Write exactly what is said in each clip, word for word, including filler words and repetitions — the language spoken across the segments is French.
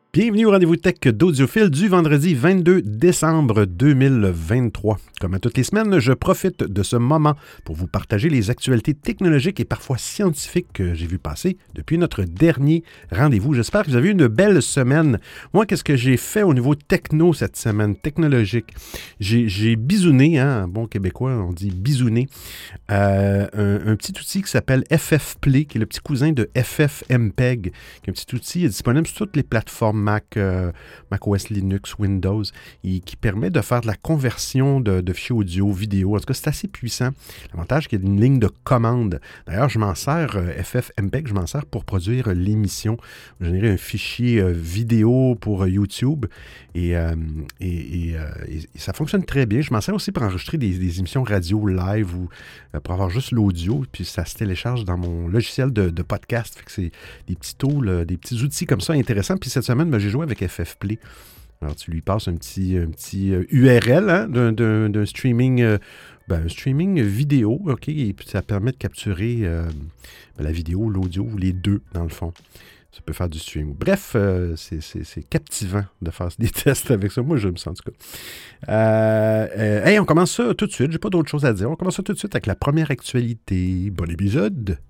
Bienvenue au rendez-vous tech d'Audiophile du vendredi vingt-deux décembre deux mille vingt-trois. Comme à toutes les semaines, je profite de ce moment pour vous partager les actualités technologiques et parfois scientifiques que j'ai vu passer depuis notre dernier rendez-vous. J'espère que vous avez eu une belle semaine. Moi, qu'est-ce que j'ai fait au niveau techno cette semaine, technologique? J'ai, j'ai bisouné, hein, un bon québécois, on dit bisouné, euh, un, un petit outil qui s'appelle F F Play, qui est le petit cousin de F F M P E G, qui est un petit outil disponible sur toutes les plateformes Mac, euh, macOS, Linux, Windows, et qui permet de faire de la conversion de, de fichiers audio, vidéo. En tout cas, c'est assez puissant. L'avantage, c'est qu'il y a une ligne de commande. D'ailleurs, je m'en sers, euh, F F M P E G, je m'en sers pour produire l'émission. Générer un fichier euh, vidéo pour euh, YouTube et, euh, et, et, euh, et, et ça fonctionne très bien. Je m'en sers aussi pour enregistrer des, des émissions radio live ou euh, pour avoir juste l'audio, puis ça se télécharge dans mon logiciel de, de podcast. Fait que c'est des petits tools, euh, des petits outils comme ça intéressants. Puis cette semaine, ben, j'ai joué avec F F Play. Alors, tu lui passes un petit, un petit euh, U R L hein, d'un, d'un, d'un streaming, euh, ben, un streaming vidéo, OK, et puis ça permet de capturer euh, ben, la vidéo, l'audio, ou les deux, dans le fond. Ça peut faire du streaming. Bref, euh, c'est, c'est, c'est captivant de faire des tests avec ça. Moi, je me sens en tout cas. Euh, euh, hey, on commence ça tout de suite. J'ai pas d'autre chose à dire. On commence ça tout de suite avec la première actualité. Bon épisode!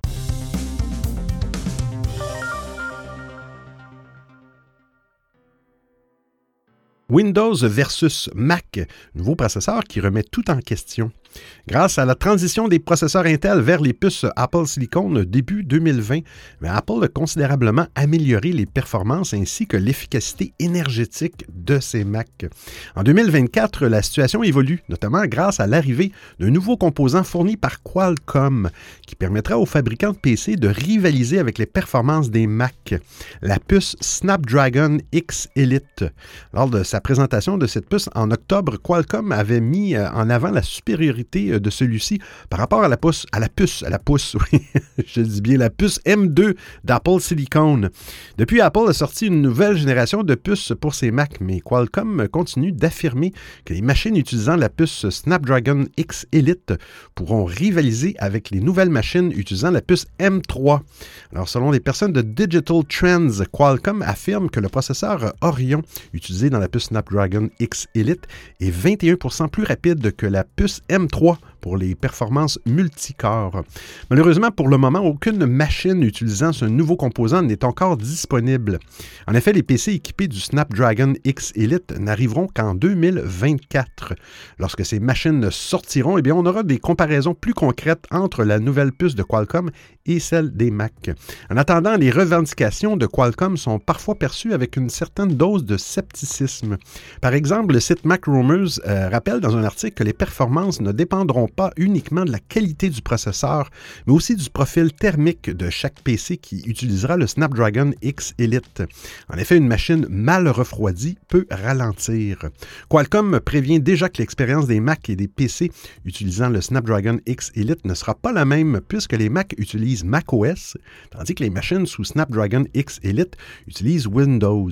Windows versus Mac, nouveau processeur qui remet tout en question. Grâce à la transition des processeurs Intel vers les puces Apple Silicon début deux mille vingt, Apple a considérablement amélioré les performances ainsi que l'efficacité énergétique de ses Mac. En deux mille vingt-quatre, la situation évolue, notamment grâce à l'arrivée d'un nouveau composant fourni par Qualcomm qui permettra aux fabricants de P C de rivaliser avec les performances des Mac, la puce Snapdragon X Elite. Lors de sa présentation de cette puce en octobre, Qualcomm avait mis en avant la supériorité de celui-ci par rapport à la puce, à la puce, à la puce, oui, je dis bien, la puce M deux d'Apple Silicon. Depuis, Apple a sorti une nouvelle génération de puces pour ses Mac, mais Qualcomm continue d'affirmer que les machines utilisant la puce Snapdragon X Elite pourront rivaliser avec les nouvelles machines utilisant la puce M trois. Alors, selon les personnes de Digital Trends, Qualcomm affirme que le processeur Orion utilisé dans la puce Snapdragon X Elite est vingt et un pour cent plus rapide que la puce M trois pour les performances multicorps. Malheureusement, pour le moment, aucune machine utilisant ce nouveau composant n'est encore disponible. En effet, les P C équipés du Snapdragon X Elite n'arriveront qu'en deux mille vingt-quatre. Lorsque ces machines sortiront, eh bien, on aura des comparaisons plus concrètes entre la nouvelle puce de Qualcomm et celle des Mac. En attendant, les revendications de Qualcomm sont parfois perçues avec une certaine dose de scepticisme. Par exemple, le site MacRumors euh, rappelle dans un article que les performances ne dépendront pas uniquement de la qualité du processeur, mais aussi du profil thermique de chaque P C qui utilisera le Snapdragon X Elite. En effet, une machine mal refroidie peut ralentir. Qualcomm prévient déjà que l'expérience des Mac et des P C utilisant le Snapdragon X Elite ne sera pas la même puisque les Mac utilisent macOS, tandis que les machines sous Snapdragon X Elite utilisent Windows.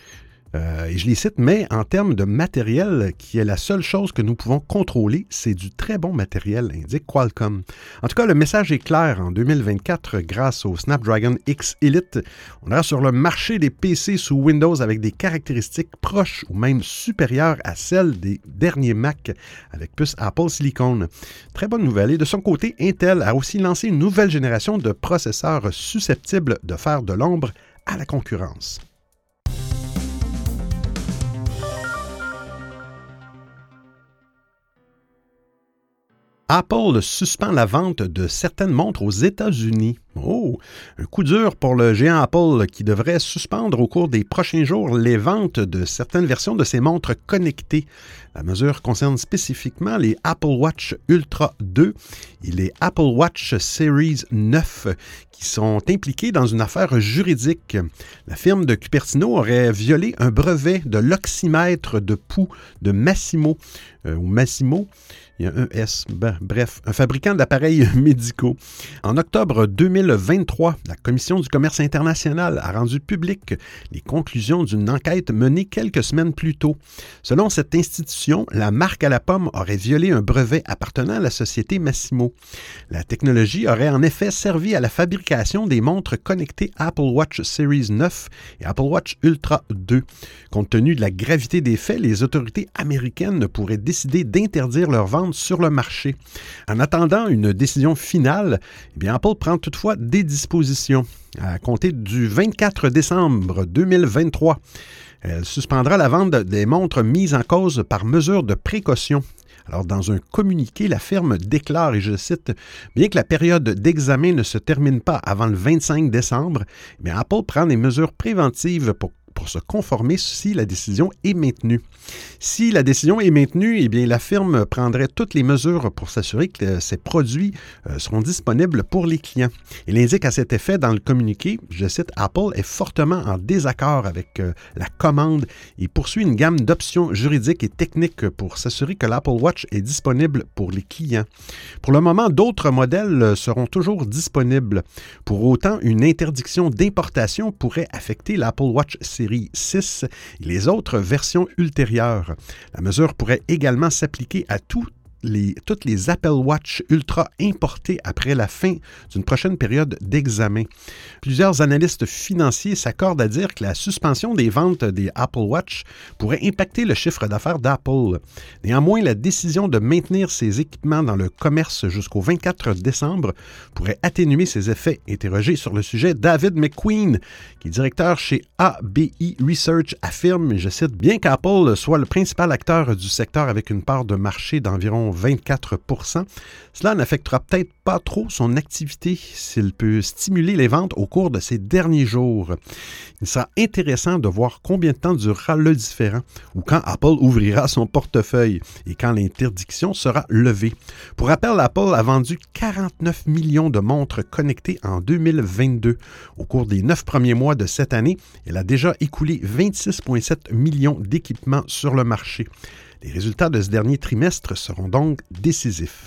Euh, et je les cite, mais en termes de matériel, qui est la seule chose que nous pouvons contrôler, c'est du très bon matériel, indique Qualcomm. En tout cas, le message est clair. En deux mille vingt-quatre, grâce au Snapdragon X Elite, on aura sur le marché des P C sous Windows avec des caractéristiques proches ou même supérieures à celles des derniers Mac avec puce Apple Silicon. Très bonne nouvelle. Et de son côté, Intel a aussi lancé une nouvelle génération de processeurs susceptibles de faire de l'ombre à la concurrence. Apple suspend la vente de certaines montres aux États-Unis. Oh, un coup dur pour le géant Apple qui devrait suspendre au cours des prochains jours les ventes de certaines versions de ses montres connectées. La mesure concerne spécifiquement les Apple Watch Ultra deux et les Apple Watch Series neuf qui sont impliqués dans une affaire juridique. La firme de Cupertino aurait violé un brevet de l'oxymètre de pouls de Massimo, euh, ou Massimo, il y a un S, ben, bref, un fabricant d'appareils médicaux. En octobre deux mille mille vingt-trois, la Commission du commerce international a rendu publiques les conclusions d'une enquête menée quelques semaines plus tôt. Selon cette institution, la marque à la pomme aurait violé un brevet appartenant à la société Massimo. La technologie aurait en effet servi à la fabrication des montres connectées Apple Watch Series neuf et Apple Watch Ultra deux. Compte tenu de la gravité des faits, les autorités américaines pourraient décider d'interdire leur vente sur le marché. En attendant une décision finale, eh bien, Apple prend toutefois des dispositions. À compter du vingt-quatre décembre deux mille vingt-trois, elle suspendra la vente des montres mises en cause par mesure de précaution. Alors, dans un communiqué, la firme déclare, et je cite, « Bien que la période d'examen ne se termine pas avant le vingt-cinq décembre, eh bien, Apple prend des mesures préventives pour pour se conformer si la décision est maintenue. Si la décision est maintenue, eh bien, la firme prendrait toutes les mesures pour s'assurer que ces produits euh, seront disponibles pour les clients. Il indique à cet effet dans le communiqué, je cite, « Apple est fortement en désaccord avec euh, la commande et poursuit une gamme d'options juridiques et techniques pour s'assurer que l'Apple Watch est disponible pour les clients. Pour le moment, d'autres modèles seront toujours disponibles. Pour autant, une interdiction d'importation pourrait affecter l'Apple Watch Series six et les autres versions ultérieures. La mesure pourrait également s'appliquer à tous Les, toutes les Apple Watch Ultra importés après la fin d'une prochaine période d'examen. Plusieurs analystes financiers s'accordent à dire que la suspension des ventes des Apple Watch pourrait impacter le chiffre d'affaires d'Apple. Néanmoins, la décision de maintenir ces équipements dans le commerce jusqu'au vingt-quatre décembre pourrait atténuer ces effets. Interrogé sur le sujet, David McQueen, qui est directeur chez A B I Research, affirme, je cite, « Bien qu'Apple soit le principal acteur du secteur avec une part de marché d'environ vingt-quatre pour cent, cela n'affectera peut-être pas trop son activité s'il peut stimuler les ventes au cours de ces derniers jours. Il sera intéressant de voir combien de temps durera le différend ou quand Apple ouvrira son portefeuille et quand l'interdiction sera levée. Pour rappel, Apple a vendu quarante-neuf millions de montres connectées en deux mille vingt-deux. Au cours des neuf premiers mois de cette année, elle a déjà écoulé vingt-six virgule sept millions d'équipements sur le marché. Les résultats de ce dernier trimestre seront donc décisifs.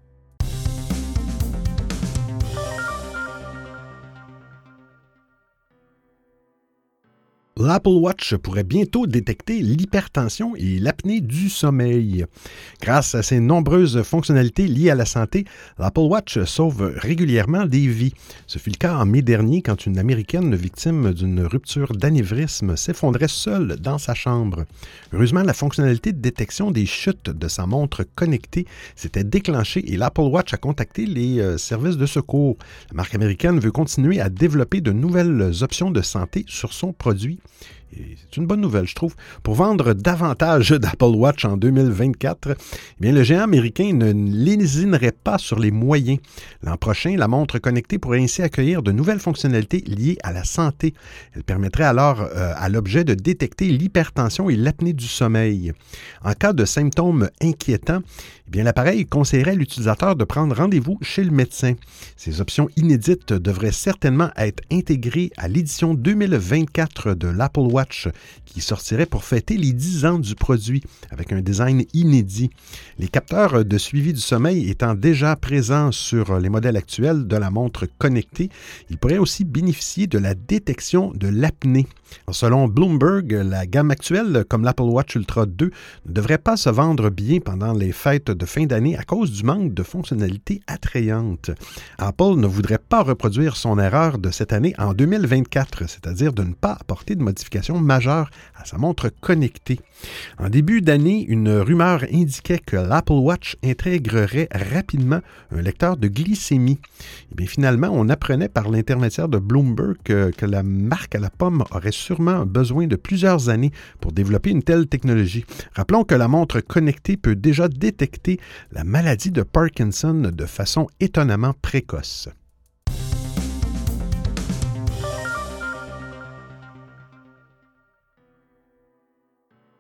L'Apple Watch pourrait bientôt détecter l'hypertension et l'apnée du sommeil. Grâce à ses nombreuses fonctionnalités liées à la santé, l'Apple Watch sauve régulièrement des vies. Ce fut le cas en mai dernier quand une Américaine victime d'une rupture d'anévrisme s'effondrait seule dans sa chambre. Heureusement, la fonctionnalité de détection des chutes de sa montre connectée s'était déclenchée et l'Apple Watch a contacté les euh, services de secours. La marque américaine veut continuer à développer de nouvelles options de santé sur son produit. Et c'est une bonne nouvelle, je trouve. Pour vendre davantage d'Apple Watch en deux mille vingt-quatre, eh bien, le géant américain ne lésinerait pas sur les moyens. L'an prochain, la montre connectée pourrait ainsi accueillir de nouvelles fonctionnalités liées à la santé. Elle permettrait alors euh, à l'objet de détecter l'hypertension et l'apnée du sommeil. En cas de symptômes inquiétants, eh bien, l'appareil conseillerait à l'utilisateur de prendre rendez-vous chez le médecin. Ces options inédites devraient certainement être intégrées à l'édition deux mille vingt-quatre de l'Apple Watch, qui sortirait pour fêter les dix ans du produit, avec un design inédit. Les capteurs de suivi du sommeil étant déjà présents sur les modèles actuels de la montre connectée, ils pourraient aussi bénéficier de la détection de l'apnée. Selon Bloomberg, la gamme actuelle, comme l'Apple Watch Ultra deux, ne devrait pas se vendre bien pendant les fêtes de fin d'année à cause du manque de fonctionnalités attrayantes. Apple ne voudrait pas reproduire son erreur de cette année en deux mille vingt-quatre, c'est-à-dire de ne pas apporter de modifications majeures à sa montre connectée. En début d'année, une rumeur indiquait que l'Apple Watch intégrerait rapidement un lecteur de glycémie. Et bien finalement, on apprenait par l'intermédiaire de Bloomberg que, que la marque à la pomme aurait sûrement besoin de plusieurs années pour développer une telle technologie. Rappelons que la montre connectée peut déjà détecter la maladie de Parkinson de façon étonnamment précoce.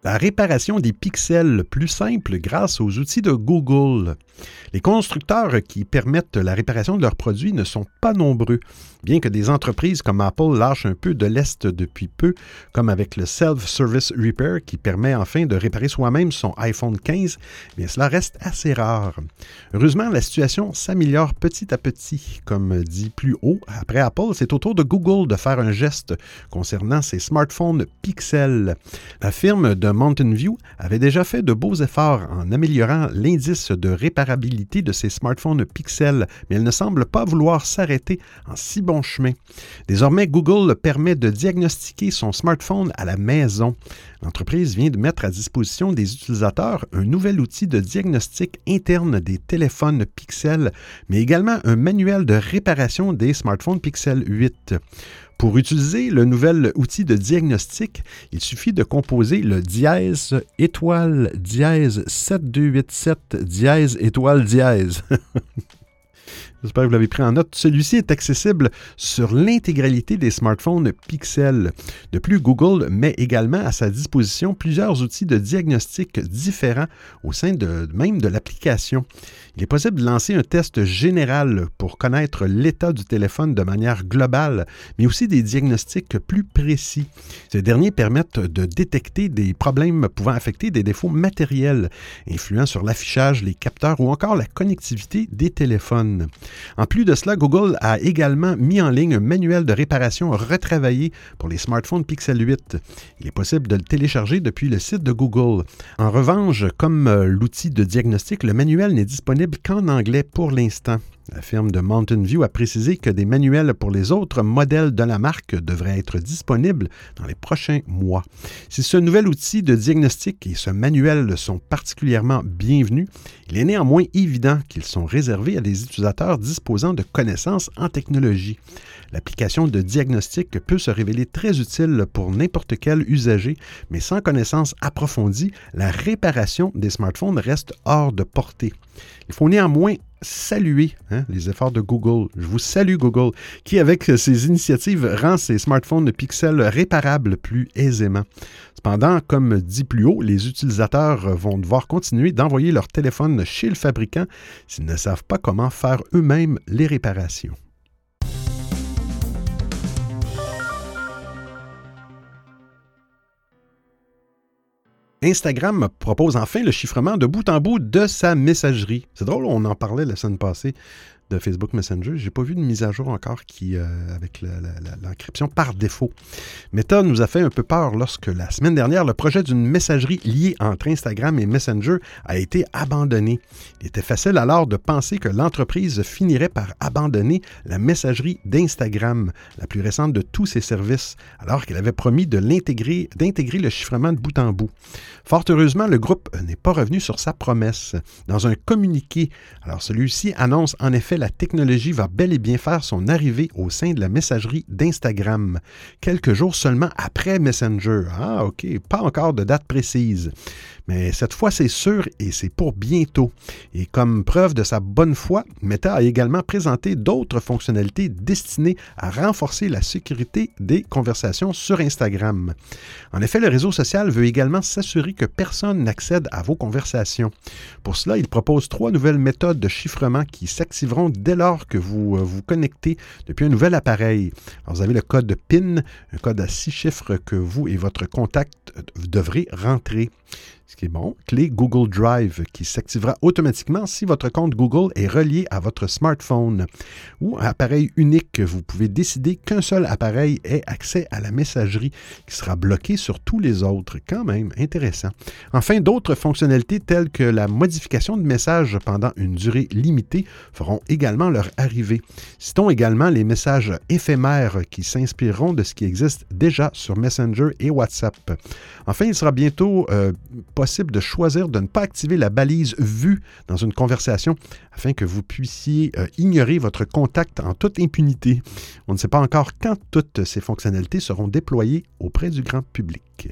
La réparation des pixels plus simple grâce aux outils de Google. Les constructeurs qui permettent la réparation de leurs produits ne sont pas nombreux, bien que des entreprises comme Apple lâchent un peu de l'est depuis peu, comme avec le Self-Service Repair qui permet enfin de réparer soi-même son iPhone quinze, mais cela reste assez rare. Heureusement, la situation s'améliore petit à petit. Comme dit plus haut, après Apple, c'est au tour de Google de faire un geste concernant ses smartphones Pixel. La firme de Mountain View avait déjà fait de beaux efforts en améliorant l'indice de réparabilité de ses smartphones Pixel, mais elle ne semble pas vouloir s'arrêter en si bon chemin. Désormais, Google permet de diagnostiquer son smartphone à la maison. L'entreprise vient de mettre à disposition des utilisateurs un nouvel outil de diagnostic interne des téléphones Pixel, mais également un manuel de réparation des smartphones Pixel huit. Pour utiliser le nouvel outil de diagnostic, il suffit de composer le dièse étoile dièse sept deux huit sept dièse étoile dièse. J'espère que vous l'avez pris en note. Celui-ci est accessible sur l'intégralité des smartphones Pixel. De plus, Google met également à sa disposition plusieurs outils de diagnostic différents au sein de, même de l'application. Il est possible de lancer un test général pour connaître l'état du téléphone de manière globale, mais aussi des diagnostics plus précis. Ces derniers permettent de détecter des problèmes pouvant affecter des défauts matériels, influant sur l'affichage, les capteurs ou encore la connectivité des téléphones. En plus de cela, Google a également mis en ligne un manuel de réparation retravaillé pour les smartphones Pixel huit. Il est possible de le télécharger depuis le site de Google. En revanche, comme l'outil de diagnostic, le manuel n'est disponible qu'en anglais pour l'instant. La firme de Mountain View a précisé que des manuels pour les autres modèles de la marque devraient être disponibles dans les prochains mois. Si ce nouvel outil de diagnostic et ce manuel sont particulièrement bienvenus, il est néanmoins évident qu'ils sont réservés à des utilisateurs disposant de connaissances en technologie. L'application de diagnostic peut se révéler très utile pour n'importe quel usager, mais sans connaissances approfondies, la réparation des smartphones reste hors de portée. Il faut néanmoins saluer hein, les efforts de Google. Je vous salue Google, qui avec ses initiatives rend ses smartphones Pixel réparables plus aisément. Cependant, comme dit plus haut, les utilisateurs vont devoir continuer d'envoyer leur téléphone chez le fabricant s'ils ne savent pas comment faire eux-mêmes les réparations. Instagram propose enfin le chiffrement de bout en bout de sa messagerie. C'est drôle, on en parlait la semaine passée de Facebook Messenger. Je n'ai pas vu de mise à jour encore qui, euh, avec la, la, la, l'encryption par défaut. Meta nous a fait un peu peur lorsque la semaine dernière, le projet d'une messagerie liée entre Instagram et Messenger a été abandonné. Il était facile alors de penser que l'entreprise finirait par abandonner la messagerie d'Instagram, la plus récente de tous ses services, alors qu'elle avait promis de l'intégrer, d'intégrer le chiffrement de bout en bout. Fort heureusement, le groupe n'est pas revenu sur sa promesse. Dans un communiqué, alors celui-ci annonce en effet la technologie va bel et bien faire son arrivée au sein de la messagerie d'Instagram, quelques jours seulement après Messenger. Ah, OK, pas encore de date précise. Mais cette fois, c'est sûr et c'est pour bientôt. Et comme preuve de sa bonne foi, Meta a également présenté d'autres fonctionnalités destinées à renforcer la sécurité des conversations sur Instagram. En effet, le réseau social veut également s'assurer que personne n'accède à vos conversations. Pour cela, il propose trois nouvelles méthodes de chiffrement qui s'activeront dès lors que vous euh, vous connectez depuis un nouvel appareil. Alors, vous avez le code PIN, un code à six chiffres que vous et votre contact devrez rentrer. Ce qui est bon, clé Google Drive qui s'activera automatiquement si votre compte Google est relié à votre smartphone. Ou appareil unique, vous pouvez décider qu'un seul appareil ait accès à la messagerie qui sera bloquée sur tous les autres. Quand même intéressant. Enfin, d'autres fonctionnalités telles que la modification de messages pendant une durée limitée feront également leur arrivée. Citons également les messages éphémères qui s'inspireront de ce qui existe déjà sur Messenger et WhatsApp. Enfin, il sera bientôt euh, possible de choisir de ne pas activer la balise « Vue » dans une conversation afin que vous puissiez euh, ignorer votre contact en toute impunité. On ne sait pas encore quand toutes ces fonctionnalités seront déployées auprès du grand public.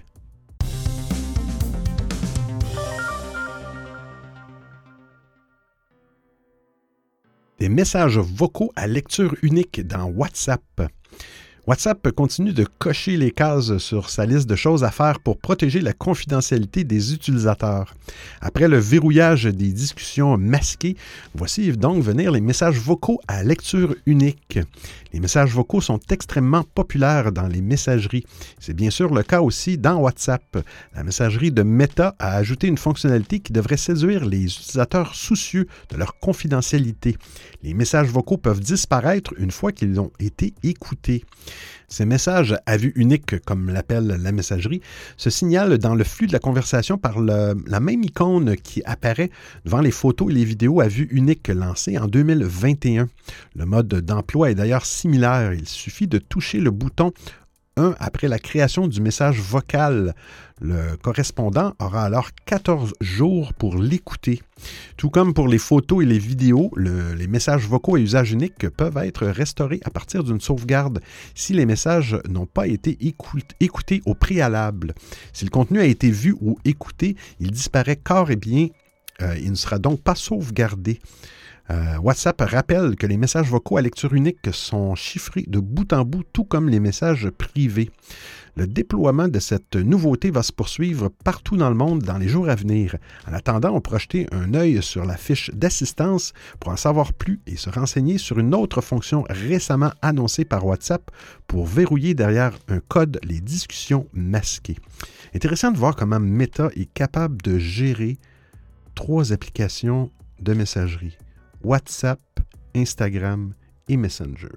Des messages vocaux à lecture unique dans WhatsApp. WhatsApp continue de cocher les cases sur sa liste de choses à faire pour protéger la confidentialité des utilisateurs. Après le verrouillage des discussions masquées, voici donc venir les messages vocaux à lecture unique. Les messages vocaux sont extrêmement populaires dans les messageries. C'est bien sûr le cas aussi dans WhatsApp. La messagerie de Meta a ajouté une fonctionnalité qui devrait séduire les utilisateurs soucieux de leur confidentialité. Les messages vocaux peuvent disparaître une fois qu'ils ont été écoutés. Ces messages à vue unique, comme l'appelle la messagerie, se signalent dans le flux de la conversation par le, la même icône qui apparaît devant les photos et les vidéos à vue unique lancées en deux mille vingt et un. Le mode d'emploi est d'ailleurs similaire. Il suffit de toucher le bouton un après la création du message vocal. Le correspondant aura alors quatorze jours pour l'écouter. Tout comme pour les photos et les vidéos, le, les messages vocaux à usage unique peuvent être restaurés à partir d'une sauvegarde si les messages n'ont pas été écout, écoutés au préalable. Si le contenu a été vu ou écouté, il disparaît corps et bien. Euh, il ne sera donc pas sauvegardé. Euh, WhatsApp rappelle que les messages vocaux à lecture unique sont chiffrés de bout en bout, tout comme les messages privés. Le déploiement de cette nouveauté va se poursuivre partout dans le monde dans les jours à venir. En attendant, on peut jeter un œil sur la fiche d'assistance pour en savoir plus et se renseigner sur une autre fonction récemment annoncée par WhatsApp pour verrouiller derrière un code les discussions masquées. Intéressant de voir comment Meta est capable de gérer trois applications de messagerie. WhatsApp, Instagram et Messenger.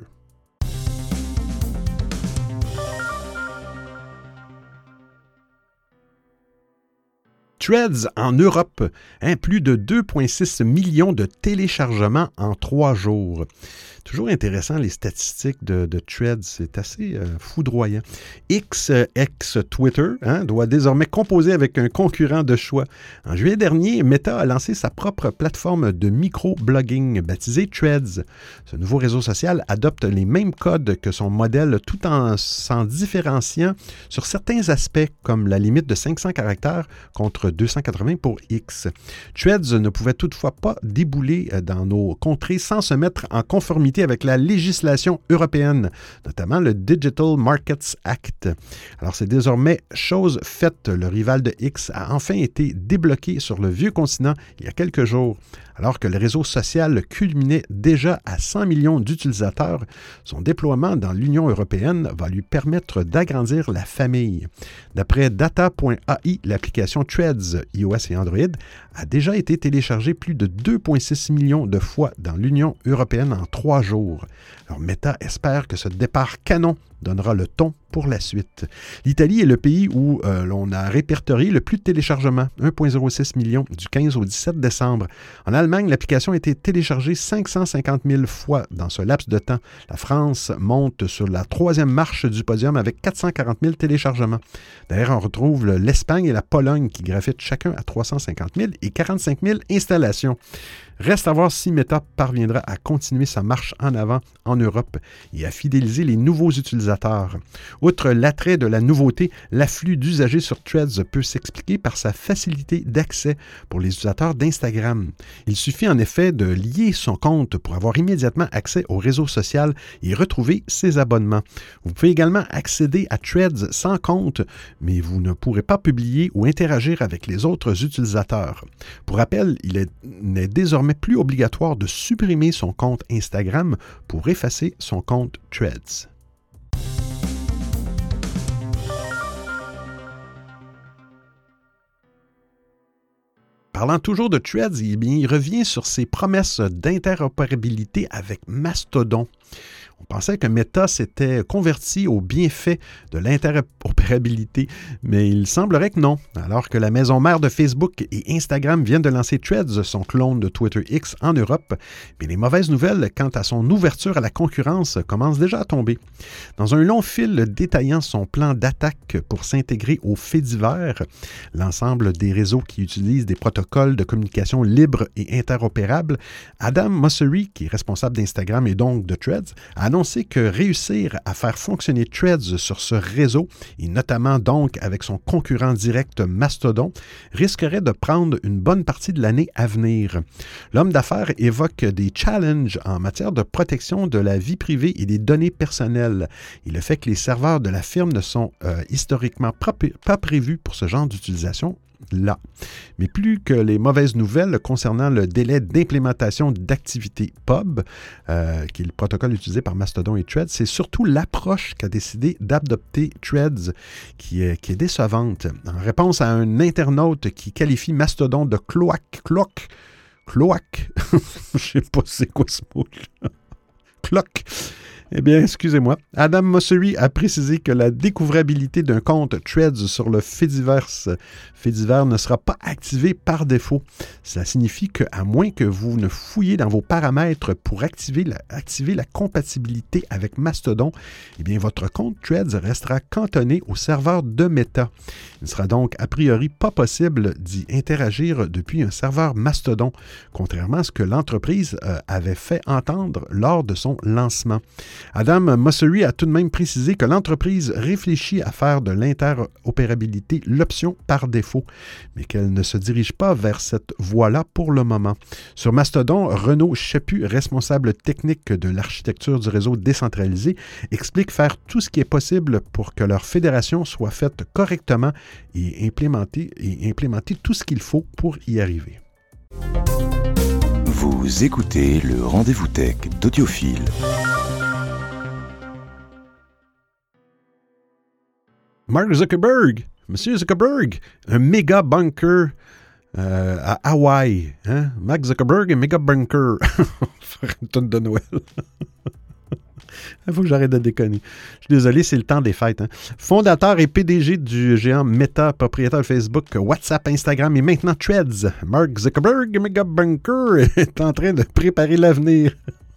Threads en Europe, hein, plus de deux virgule six millions de téléchargements en trois jours. Toujours intéressant les statistiques de, de Threads, c'est assez euh, foudroyant. X, ex-Twitter, hein, doit désormais composer avec un concurrent de choix. En juillet dernier, Meta a lancé sa propre plateforme de micro-blogging baptisée Threads. Ce nouveau réseau social adopte les mêmes codes que son modèle tout en s'en différenciant sur certains aspects comme la limite de cinq cents caractères contre deux cent quatre-vingts pour X. Threads ne pouvait toutefois pas débouler dans nos contrées sans se mettre en conformité avec la législation européenne, notamment le Digital Markets Act. Alors c'est désormais chose faite. Le rival de X a enfin été débloqué sur le vieux continent il y a quelques jours. Alors que le réseau social culminait déjà à cent millions d'utilisateurs, son déploiement dans l'Union européenne va lui permettre d'agrandir la famille. D'après data point a i, l'application Threads, iOS et Android, a déjà été téléchargée plus de deux virgule six millions de fois dans l'Union européenne en trois jours. Alors Meta espère que ce départ canon donnera le ton pour la suite. L'Italie est le pays où euh, l'on a répertorié le plus de téléchargements, un virgule zéro six million, du quinze au dix-sept décembre. En Allemagne, l'application a été téléchargée cinq cent cinquante mille fois dans ce laps de temps. La France monte sur la troisième marche du podium avec quatre cent quarante mille téléchargements. D'ailleurs, on retrouve l'Espagne et la Pologne qui graffitent chacun à trois cent cinquante mille et quarante-cinq mille installations. Reste à voir si Meta parviendra à continuer sa marche en avant en Europe et à fidéliser les nouveaux utilisateurs. Outre l'attrait de la nouveauté, l'afflux d'usagers sur Threads peut s'expliquer par sa facilité d'accès pour les utilisateurs d'Instagram. Il suffit en effet de lier son compte pour avoir immédiatement accès au réseau social et retrouver ses abonnements. Vous pouvez également accéder à Threads sans compte, mais vous ne pourrez pas publier ou interagir avec les autres utilisateurs. Pour rappel, il est, n'est désormais plus obligatoire de supprimer son compte Instagram pour effacer son compte Threads. Parlant toujours de Threads, eh bien, il revient sur ses promesses d'interopérabilité avec Mastodon. On pensait que Meta s'était converti au bienfait de l'interopérabilité, mais il semblerait que non. Alors que la maison mère de Facebook et Instagram viennent de lancer Threads, son clone de Twitter X, en Europe, mais les mauvaises nouvelles quant à son ouverture à la concurrence commencent déjà à tomber. Dans un long fil détaillant son plan d'attaque pour s'intégrer aux faits divers, l'ensemble des réseaux qui utilisent des protocoles de communication libres et interopérables, Adam Mosseri, qui est responsable d'Instagram et donc de Threads, a annoncé que réussir à faire fonctionner Threads sur ce réseau, et notamment donc avec son concurrent direct Mastodon, risquerait de prendre une bonne partie de l'année à venir. L'homme d'affaires évoque des challenges en matière de protection de la vie privée et des données personnelles, et le fait que les serveurs de la firme ne sont euh, historiquement pas prévus pour ce genre d'utilisation là. Mais plus que les mauvaises nouvelles concernant le délai d'implémentation d'activité P U B, euh, qui est le protocole utilisé par Mastodon et Threads, c'est surtout l'approche qu'a décidé d'adopter Threads qui est, qui est décevante. En réponse à un internaute qui qualifie Mastodon de cloaque, cloaque, cloaque, je ne sais pas c'est quoi ce mot-là, cloaque. Eh bien, excusez-moi. Adam Mosseri a précisé que la découvrabilité d'un compte Threads sur le Fediverse, Fediverse ne sera pas activée par défaut. Cela signifie qu'à moins que vous ne fouillez dans vos paramètres pour activer la, activer la compatibilité avec Mastodon, eh bien, votre compte Threads restera cantonné au serveur de Meta. Il ne sera donc a priori pas possible d'y interagir depuis un serveur Mastodon, contrairement à ce que l'entreprise euh, avait fait entendre lors de son lancement. Adam Mosseri a tout de même précisé que l'entreprise réfléchit à faire de l'interopérabilité l'option par défaut, mais qu'elle ne se dirige pas vers cette voie-là pour le moment. Sur Mastodon, Renaud Chaput, responsable technique de l'architecture du réseau décentralisé, explique faire tout ce qui est possible pour que leur fédération soit faite correctement et implémenter, et implémenter tout ce qu'il faut pour y arriver. Vous écoutez le Rendez-vous Tech d'Audiophile. Mark Zuckerberg, Monsieur Zuckerberg, un méga bunker euh, à Hawaï. Hein? Mark Zuckerberg, un méga bunker. Faire une tonne de Noël. Il faut que j'arrête de déconner. Je suis désolé, c'est le temps des fêtes. Hein? Fondateur et P D G du géant Meta, propriétaire de Facebook, WhatsApp, Instagram et maintenant Threads, Mark Zuckerberg, méga bunker, est en train de préparer l'avenir.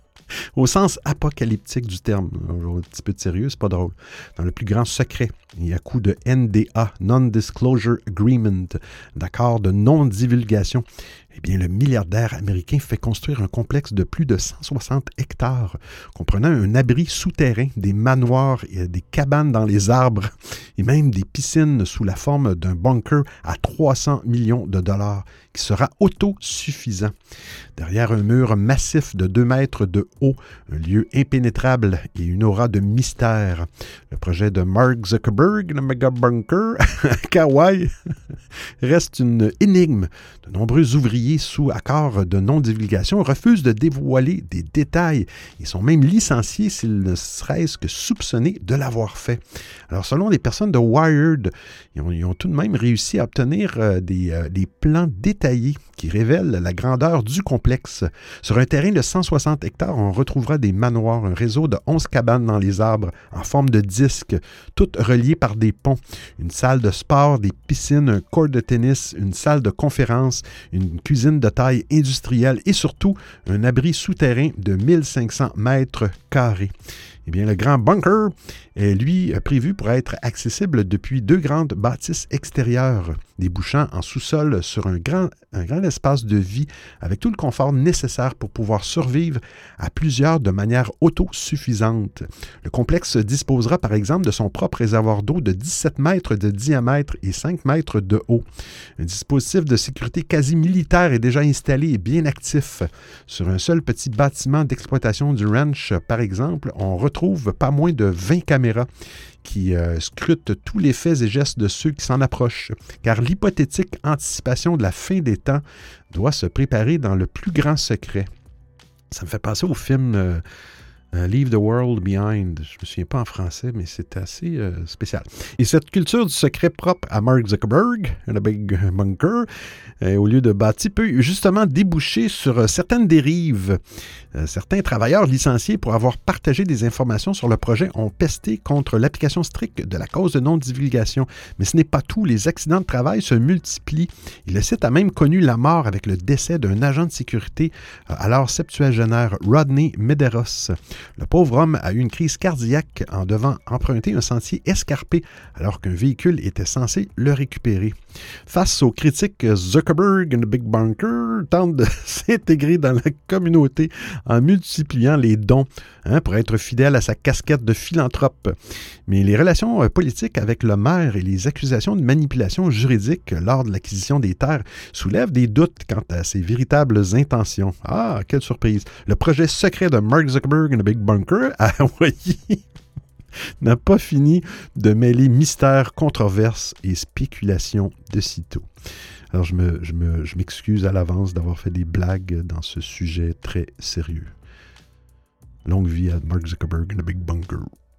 Au sens apocalyptique du terme. Un petit peu de sérieux, c'est pas drôle. Dans le plus grand secret, et à coup de N D A, Non-Disclosure Agreement, d'accord de non-divulgation, eh bien, le milliardaire américain fait construire un complexe de plus de cent soixante hectares, comprenant un abri souterrain, des manoirs, et des cabanes dans les arbres, et même des piscines sous la forme d'un bunker à trois cents millions de dollars, qui sera autosuffisant. Derrière un mur massif de deux mètres de haut, un lieu impénétrable et une aura de mystère. Le projet de Mark Zuckerberg, le méga bunker à Kauai, reste une énigme. De nombreux ouvriers sous accord de non-divulgation refusent de dévoiler des détails et sont même licenciés s'ils ne seraient que soupçonnés de l'avoir fait. Alors, selon les personnes de Wired, ils ont, ils ont tout de même réussi à obtenir euh, des, euh, des plans détaillés qui révèlent la grandeur du complexe. Sur un terrain de cent soixante hectares, on retrouvera des manoirs, un réseau de onze cabanes dans les arbres en forme de disque, toutes reliées par des ponts, une salle de sport, des piscines, un court de tennis, une salle de conférence, une cuisine de taille industrielle et surtout un abri souterrain de mille cinq cents mètres carrés. Eh bien, le grand bunker est, lui, prévu pour être accessible depuis deux grandes bâtisses extérieures, débouchant en sous-sol sur un grand, un grand espace de vie avec tout le confort nécessaire pour pouvoir survivre à plusieurs de manière autosuffisante. Le complexe disposera, par exemple, de son propre réservoir d'eau de dix-sept mètres de diamètre et cinq mètres de haut. Un dispositif de sécurité quasi militaire est déjà installé et bien actif. Sur un seul petit bâtiment d'exploitation du ranch, par exemple, on retrouve pas moins de vingt caméras qui euh, scrutent tous les faits et gestes de ceux qui s'en approchent, car l'hypothétique anticipation de la fin des temps doit se préparer dans le plus grand secret. Ça me fait penser au film euh, Uh, Leave the World Behind. Je ne me souviens pas en français, mais c'est assez euh, spécial. Et cette culture du secret propre à Mark Zuckerberg, le Big Bunker, euh, au lieu de bâtir, peut justement déboucher sur euh, certaines dérives. Euh, certains travailleurs licenciés pour avoir partagé des informations sur le projet ont pesté contre l'application stricte de la cause de non-divulgation. Mais ce n'est pas tout. Les accidents de travail se multiplient. Et le site a même connu la mort avec le décès d'un agent de sécurité, euh, alors septuagénaire, Rodney Medeiros. Le pauvre homme a eu une crise cardiaque en devant emprunter un sentier escarpé alors qu'un véhicule était censé le récupérer. Face aux critiques, Zuckerberg and the Big Bunker tente de s'intégrer dans la communauté en multipliant les dons hein, pour être fidèle à sa casquette de philanthrope. Mais les relations politiques avec le maire et les accusations de manipulation juridique lors de l'acquisition des terres soulèvent des doutes quant à ses véritables intentions. Ah, quelle surprise! Le projet secret de Mark Zuckerberg and the Big Bunker à Hawaii n'a pas fini de mêler mystère, controverse et spéculation de sitôt. Alors, je, me, je, me, je m'excuse à l'avance d'avoir fait des blagues dans ce sujet très sérieux. Longue vie à Mark Zuckerberg and the Big Bunker.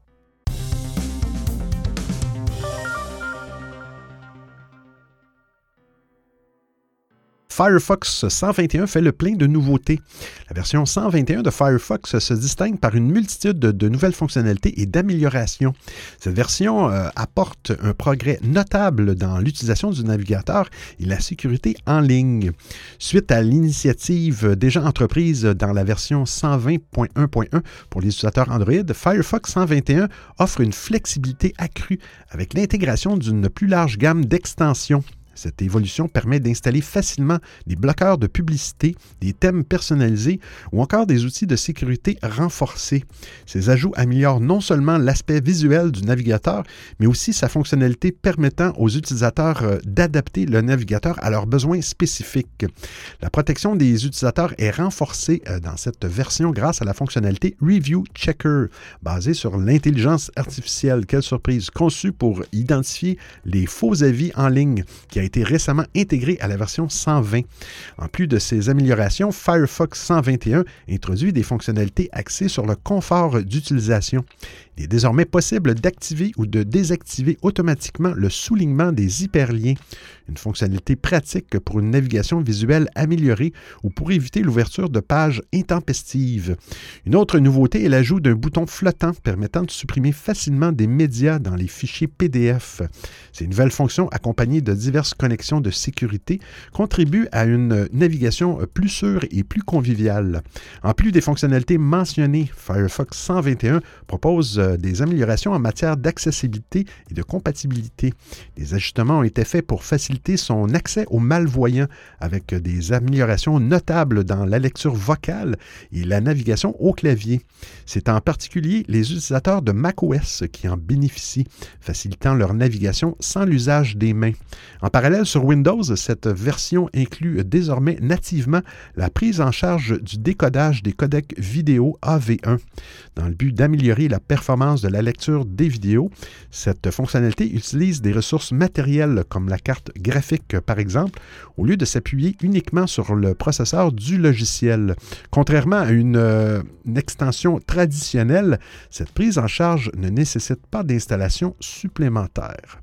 Firefox cent vingt et un fait le plein de nouveautés. La version cent vingt et un de Firefox se distingue par une multitude de, de nouvelles fonctionnalités et d'améliorations. Cette version euh, apporte un progrès notable dans l'utilisation du navigateur et la sécurité en ligne. Suite à l'initiative déjà entreprise dans la version cent vingt point un point un pour les utilisateurs Android, Firefox cent vingt et un offre une flexibilité accrue avec l'intégration d'une plus large gamme d'extensions. Cette évolution permet d'installer facilement des bloqueurs de publicité, des thèmes personnalisés ou encore des outils de sécurité renforcés. Ces ajouts améliorent non seulement l'aspect visuel du navigateur, mais aussi sa fonctionnalité permettant aux utilisateurs d'adapter le navigateur à leurs besoins spécifiques. La protection des utilisateurs est renforcée dans cette version grâce à la fonctionnalité Review Checker, basée sur l'intelligence artificielle. Quelle surprise! Conçue pour identifier les faux avis en ligne, qui a été récemment intégré à la version cent vingt. En plus de ces améliorations, Firefox cent vingt et un introduit des fonctionnalités axées sur le confort d'utilisation. Il est désormais possible d'activer ou de désactiver automatiquement le soulignement des hyperliens, une fonctionnalité pratique pour une navigation visuelle améliorée ou pour éviter l'ouverture de pages intempestives. Une autre nouveauté est l'ajout d'un bouton flottant permettant de supprimer facilement des médias dans les fichiers P D F. Ces nouvelles fonctions, accompagnées de diverses connexions de sécurité, contribuent à une navigation plus sûre et plus conviviale. En plus des fonctionnalités mentionnées, Firefox cent vingt et un propose des améliorations en matière d'accessibilité et de compatibilité. Des ajustements ont été faits pour faciliter son accès aux malvoyants avec des améliorations notables dans la lecture vocale et la navigation au clavier. C'est en particulier les utilisateurs de macOS qui en bénéficient, facilitant leur navigation sans l'usage des mains. En parallèle, sur Windows, cette version inclut désormais nativement la prise en charge du décodage des codecs vidéo A V un. Dans le but d'améliorer la performance de la lecture des vidéos, cette fonctionnalité utilise des ressources matérielles comme la carte graphique, par exemple, au lieu de s'appuyer uniquement sur le processeur du logiciel. Contrairement à une, euh, une extension traditionnelle, cette prise en charge ne nécessite pas d'installation supplémentaire.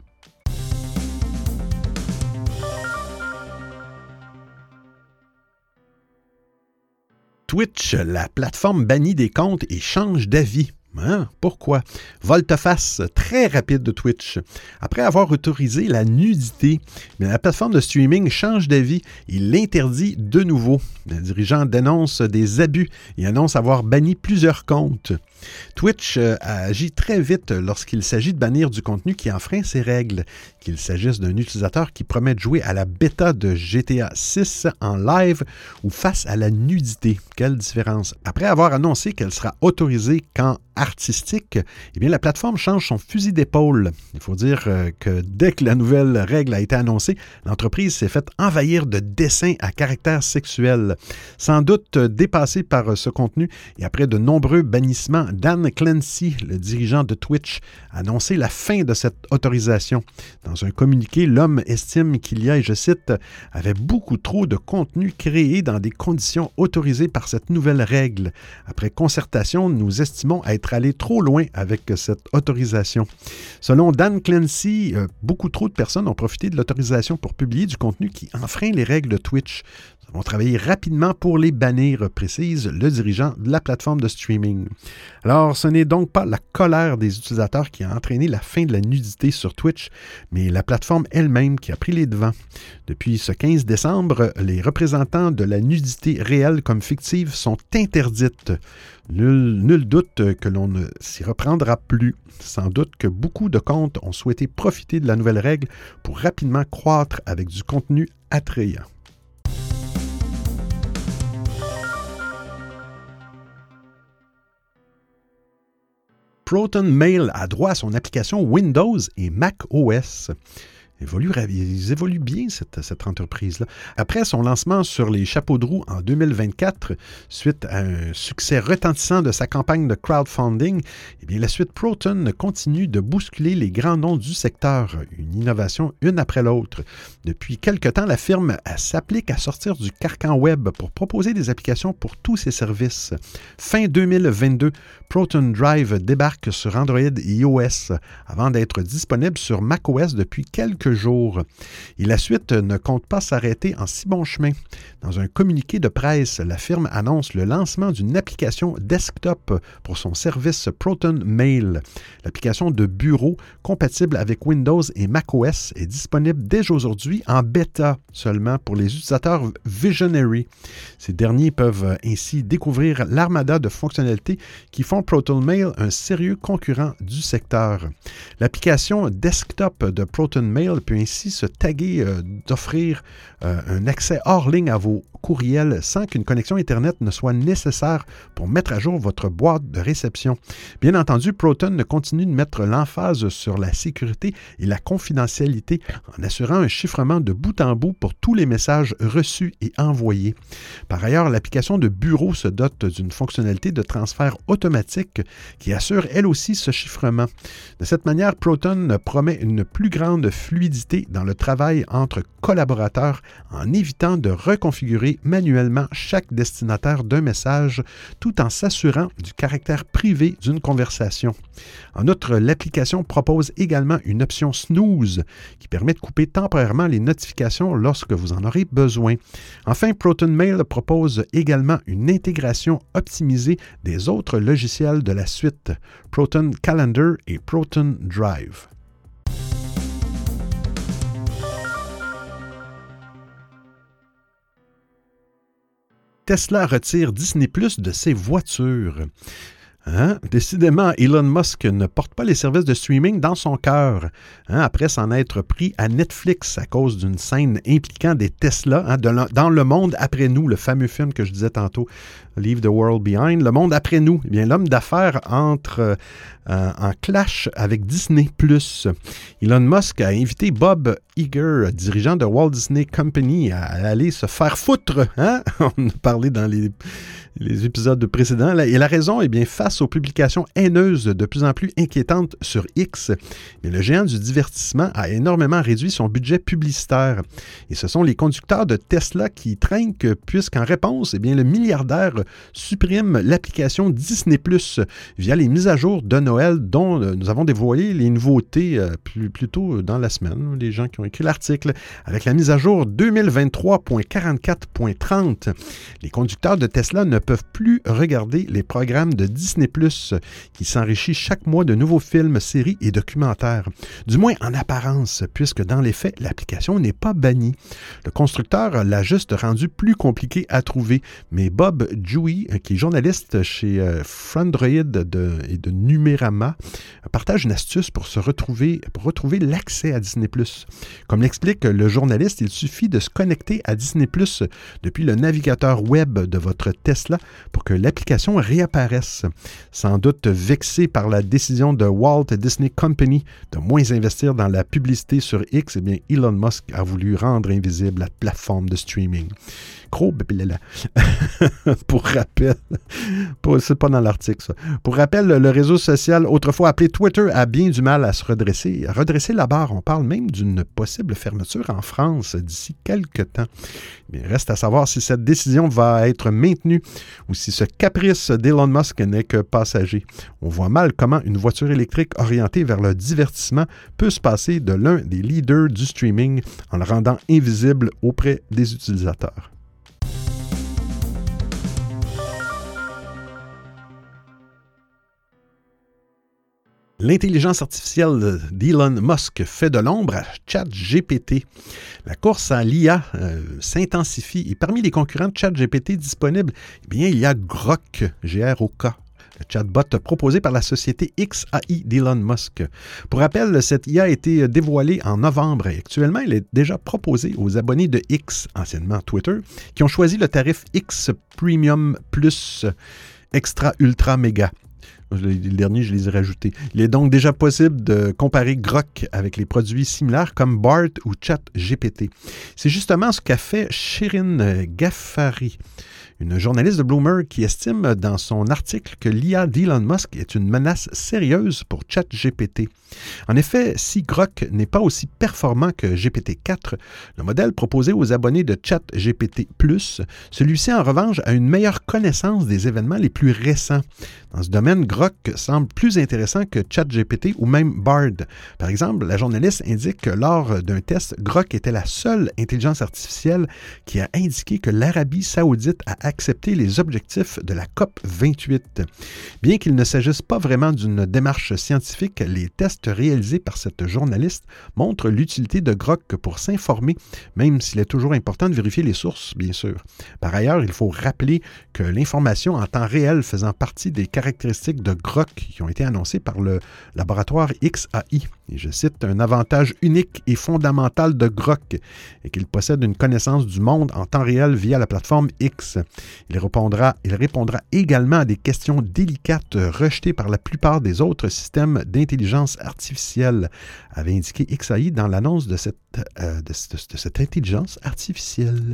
Twitch, la plateforme bannit des comptes et change d'avis. Hein? Pourquoi? Volte-face très rapide de Twitch. Après avoir autorisé la nudité, mais la plateforme de streaming change d'avis et l'interdit de nouveau. Le dirigeant dénonce des abus et annonce avoir banni plusieurs comptes. Twitch euh, agit très vite lorsqu'il s'agit de bannir du contenu qui enfreint ses règles, qu'il s'agisse d'un utilisateur qui promet de jouer à la bêta de G T A six en live ou face à la nudité. Quelle différence! Après avoir annoncé qu'elle sera autorisée quand artistique, eh bien, la plateforme change son fusil d'épaule. Il faut dire euh, que dès que la nouvelle règle a été annoncée, l'entreprise s'est faite envahir de dessins à caractère sexuel. Sans doute euh, dépassé par euh, ce contenu et après de nombreux bannissements, Dan Clancy, le dirigeant de Twitch, a annoncé la fin de cette autorisation. Dans un communiqué, l'homme estime qu'il y a, et je cite, « avait beaucoup trop de contenu créé dans des conditions autorisées par cette nouvelle règle. Après concertation, nous estimons être allés trop loin avec cette autorisation. » Selon Dan Clancy, euh, beaucoup trop de personnes ont profité de l'autorisation pour publier du contenu qui enfreint les règles de Twitch. Nous allons travailler rapidement pour les bannir, précise le dirigeant de la plateforme de streaming. Alors, ce n'est donc pas la colère des utilisateurs qui a entraîné la fin de la nudité sur Twitch, mais la plateforme elle-même qui a pris les devants. Depuis ce quinze décembre, les représentants de la nudité réelle comme fictive sont interdites. Nul, nul doute que l'on ne s'y reprendra plus. Sans doute que beaucoup de comptes ont souhaité profiter de la nouvelle règle pour rapidement croître avec du contenu attrayant. Proton Mail a droit à son application Windows et macOS. Évolue, ils évoluent bien, cette, cette entreprise-là. Après son lancement sur les chapeaux de roue en deux mille vingt-quatre, suite à un succès retentissant de sa campagne de crowdfunding, eh bien, la suite Proton continue de bousculer les grands noms du secteur, une innovation une après l'autre. Depuis quelque temps, la firme s'applique à sortir du carcan web pour proposer des applications pour tous ses services. Fin deux mille vingt-deux, Proton Drive débarque sur Android et iOS avant d'être disponible sur macOS depuis quelques jours. Et la suite ne compte pas s'arrêter en si bon chemin. Dans un communiqué de presse, la firme annonce le lancement d'une application desktop pour son service Proton Mail. L'application de bureau compatible avec Windows et macOS est disponible dès aujourd'hui en bêta seulement pour les utilisateurs Visionary. Ces derniers peuvent ainsi découvrir l'armada de fonctionnalités qui font Proton Mail un sérieux concurrent du secteur. L'application desktop de Proton Mail peut ainsi se taguer euh, d'offrir euh, un accès hors ligne à vos courriels sans qu'une connexion Internet ne soit nécessaire pour mettre à jour votre boîte de réception. Bien entendu, Proton continue de mettre l'emphase sur la sécurité et la confidentialité en assurant un chiffrement de bout en bout pour tous les messages reçus et envoyés. Par ailleurs, l'application de bureau se dote d'une fonctionnalité de transfert automatique qui assure elle aussi ce chiffrement. De cette manière, Proton promet une plus grande fluidité dans le travail entre collaborateurs en évitant de reconfigurer manuellement chaque destinataire d'un message tout en s'assurant du caractère privé d'une conversation. En outre, l'application propose également une option snooze qui permet de couper temporairement les notifications lorsque vous en aurez besoin. Enfin, Proton Mail propose également une intégration optimisée des autres logiciels de la suite, Proton Calendar et Proton Drive. Tesla retire Disney plus de ses voitures. Hein? Décidément, Elon Musk ne porte pas les services de streaming dans son cœur, hein, après s'en être pris à Netflix à cause d'une scène impliquant des Tesla, hein, de la, dans Le Monde après nous, le fameux film que je disais tantôt, Leave the World Behind, Le Monde après nous. Eh bien, l'homme d'affaires entre euh, en clash avec Disney plus. Elon Musk a invité Bob Iger, dirigeant de Walt Disney Company, à aller se faire foutre. Hein? On a parlé dans les, les épisodes précédents. Et la raison, eh bien, face aux publications haineuses de plus en plus inquiétantes sur X, mais le géant du divertissement a énormément réduit son budget publicitaire. Et ce sont les conducteurs de Tesla qui trinquent, puisqu'en réponse, eh bien, le milliardaire supprime l'application Disney plus via les mises à jour de Noël dont nous avons dévoilé les nouveautés plus, plus tôt dans la semaine, les gens qui ont écrit l'article. Avec la mise à jour deux mille vingt-trois point quarante-quatre point trente, les conducteurs de Tesla ne peuvent plus regarder les programmes de Disney plus qui s'enrichit chaque mois de nouveaux films, séries et documentaires. Du moins en apparence, puisque dans les faits, l'application n'est pas bannie. Le constructeur l'a juste rendu plus compliqué à trouver, mais Bob Dewey, qui est journaliste chez euh, Frandroid de, et de Numérama, partage une astuce pour se retrouver, pour retrouver l'accès à Disney plus. Comme l'explique le journaliste, il suffit de se connecter à Disney plus depuis le navigateur web de votre Tesla pour que l'application réapparaisse. Sans doute vexé par la décision de Walt Disney Company de moins investir dans la publicité sur X, eh bien Elon Musk a voulu rendre invisible la plateforme de streaming. Gros bébé Pour rappel, c'est pas dans l'article ça. Pour rappel, le réseau social autrefois appelé Twitter a bien du mal à se redresser. À redresser la barre, on parle même d'une possible fermeture en France d'ici quelques temps. Il reste à savoir si cette décision va être maintenue ou si ce caprice d'Elon Musk n'est que passager. On voit mal comment une voiture électrique orientée vers le divertissement peut se passer de l'un des leaders du streaming en le rendant invisible auprès des utilisateurs. L'intelligence artificielle d'Elon Musk fait de l'ombre à ChatGPT. La course à l'I A euh, s'intensifie et parmi les concurrents de ChatGPT disponibles, eh bien, il y a Grok, G R O K. Le chatbot proposé par la société X A I d'Elon Musk. Pour rappel, cette I A a été dévoilée en novembre et actuellement, elle est déjà proposée aux abonnés de X, anciennement Twitter, qui ont choisi le tarif X Premium Plus Extra Ultra Méga. Le dernier, je les ai rajoutés. Il est donc déjà possible de comparer Grok avec les produits similaires comme Bard ou ChatGPT. C'est justement ce qu'a fait Shirin Ghaffari, une journaliste de Bloomberg qui estime dans son article que l'I A d'Elon Musk est une menace sérieuse pour ChatGPT. En effet, si Grok n'est pas aussi performant que G P T quatre, le modèle proposé aux abonnés de ChatGPT plus, celui-ci en revanche a une meilleure connaissance des événements les plus récents. Dans ce domaine, Grok semble plus intéressant que ChatGPT ou même Bard. Par exemple, la journaliste indique que lors d'un test, Grok était la seule intelligence artificielle qui a indiqué que l'Arabie saoudite a accepté les objectifs de la COP vingt-huit. Bien qu'il ne s'agisse pas vraiment d'une démarche scientifique, les tests réalisés par cette journaliste montrent l'utilité de Grok pour s'informer, même s'il est toujours important de vérifier les sources, bien sûr. Par ailleurs, il faut rappeler que l'information en temps réel faisant partie des caractéristiques de Grok qui ont été annoncées par le laboratoire X A I. Et je cite, un avantage unique et fondamental de Grok est qu'il possède une connaissance du monde en temps réel via la plateforme X. Il répondra, il répondra également à des questions délicates rejetées par la plupart des autres systèmes d'intelligence artificielle, avait indiqué X A I dans l'annonce de cette, euh, de, de, de cette intelligence artificielle.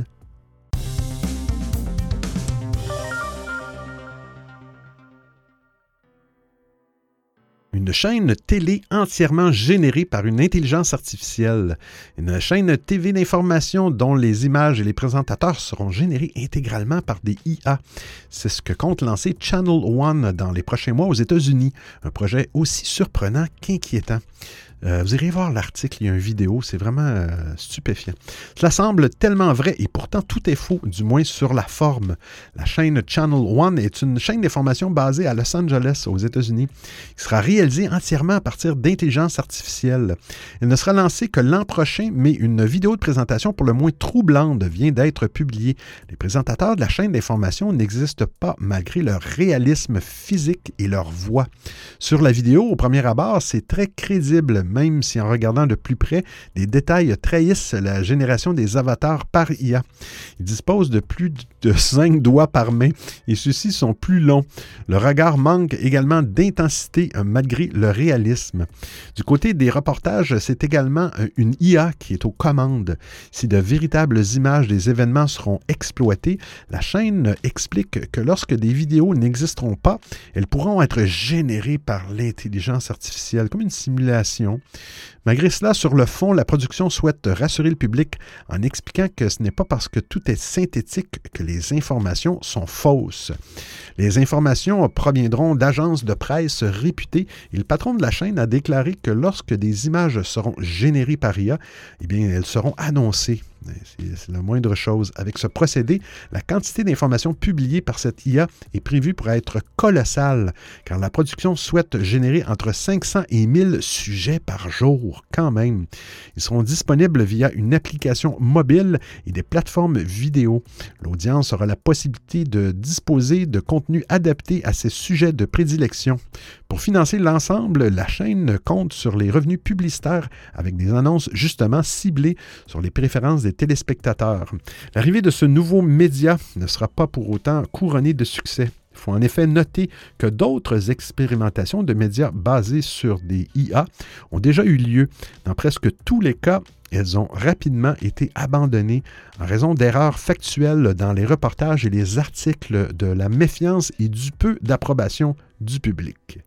Une chaîne télé entièrement générée par une intelligence artificielle. Une chaîne T V d'information dont les images et les présentateurs seront générés intégralement par des I A. C'est ce que compte lancer Channel One dans les prochains mois aux États-Unis. Un projet aussi surprenant qu'inquiétant. Euh, vous irez voir l'article, il y a une vidéo, c'est vraiment euh, stupéfiant. Cela semble tellement vrai et pourtant tout est faux, du moins sur la forme. La chaîne Channel One est une chaîne d'information basée à Los Angeles, aux États-Unis, qui sera réalisée entièrement à partir d'intelligence artificielle. Elle ne sera lancée que l'an prochain, mais une vidéo de présentation pour le moins troublante vient d'être publiée. Les présentateurs de la chaîne d'information n'existent pas malgré leur réalisme physique et leur voix. Sur la vidéo, au premier abord, c'est très crédible, même si en regardant de plus près, les détails trahissent la génération des avatars par I A. Ils disposent de plus de cinq doigts par main et ceux-ci sont plus longs. Le regard manque également d'intensité malgré le réalisme. Du côté des reportages, c'est également une I A qui est aux commandes. Si de véritables images des événements seront exploitées, la chaîne explique que lorsque des vidéos n'existeront pas, elles pourront être générées par l'intelligence artificielle, comme une simulation. Malgré cela, sur le fond, la production souhaite rassurer le public en expliquant que ce n'est pas parce que tout est synthétique que les informations sont fausses. Les informations proviendront d'agences de presse réputées et le patron de la chaîne a déclaré que lorsque des images seront générées par I A, eh bien, elles seront annoncées. C'est, c'est la moindre chose. Avec ce procédé, la quantité d'informations publiées par cette I A est prévue pour être colossale, car la production souhaite générer entre cinq cents et mille sujets par jour, quand même. Ils seront disponibles via une application mobile et des plateformes vidéo. L'audience aura la possibilité de disposer de contenu adapté à ses sujets de prédilection. Pour financer l'ensemble, la chaîne compte sur les revenus publicitaires avec des annonces justement ciblées sur les préférences des téléspectateurs. L'arrivée de ce nouveau média ne sera pas pour autant couronnée de succès. Il faut en effet noter que d'autres expérimentations de médias basés sur des I A ont déjà eu lieu. Dans presque tous les cas, elles ont rapidement été abandonnées en raison d'erreurs factuelles dans les reportages et les articles, de la méfiance et du peu d'approbation du public.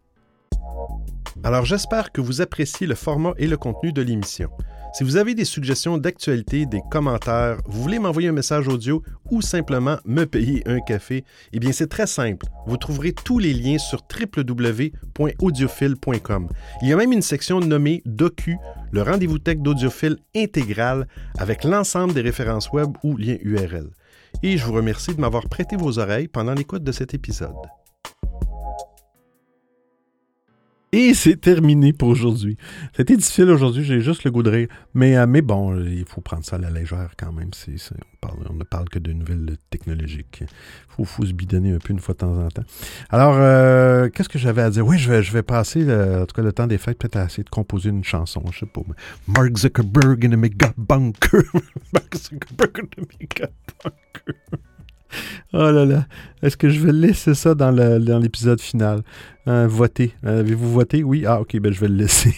Alors j'espère que vous appréciez le format et le contenu de l'émission. Si vous avez des suggestions d'actualité, des commentaires, vous voulez m'envoyer un message audio ou simplement me payer un café, eh bien c'est très simple. Vous trouverez tous les liens sur w w w point audiophile point com. Il y a même une section nommée Docu, le rendez-vous tech d'Audiophile intégral avec l'ensemble des références web ou liens U R L. Et je vous remercie de m'avoir prêté vos oreilles pendant l'écoute de cet épisode. Et c'est terminé pour aujourd'hui. C'était difficile aujourd'hui, j'ai juste le goût de rire. Mais, euh, mais bon, il faut prendre ça à la légère quand même. C'est, c'est, on, parle, on ne parle que de nouvelles technologiques. Il faut, faut se bidonner un peu une fois de temps en temps. Alors, euh, qu'est-ce que j'avais à dire? Oui, je vais, je vais passer, le, en tout cas, le temps des fêtes, peut-être à essayer de composer une chanson. Je sais pas. Mark Zuckerberg in a mega bunker. Mark Zuckerberg in a mega bunker. Oh là là, est-ce que je vais laisser ça dans, le, dans l'épisode final? Euh, voter. Euh, avez-vous voté? Oui? Ah, ok, ben je vais le laisser.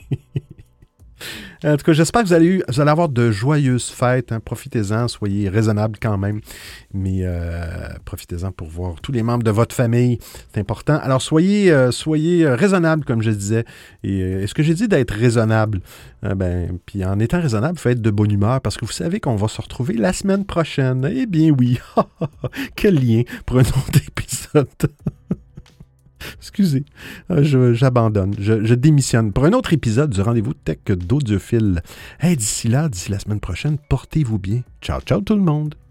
En tout cas, j'espère que vous allez, vous allez avoir de joyeuses fêtes. Hein. Profitez-en, soyez raisonnables quand même. Mais euh, profitez-en pour voir tous les membres de votre famille. C'est important. Alors, soyez, euh, soyez raisonnables, comme je disais. Et euh, est-ce que j'ai dit d'être raisonnable? Euh, ben, puis en étant raisonnable, il faut être de bonne humeur parce que vous savez qu'on va se retrouver la semaine prochaine. Eh bien oui. Quel lien pour un autre épisode. Excusez, je, j'abandonne, je, je démissionne. Pour un autre épisode du Rendez-vous Tech d'Audiophile. Hey, d'ici là, d'ici la semaine prochaine, portez-vous bien. Ciao, ciao tout le monde.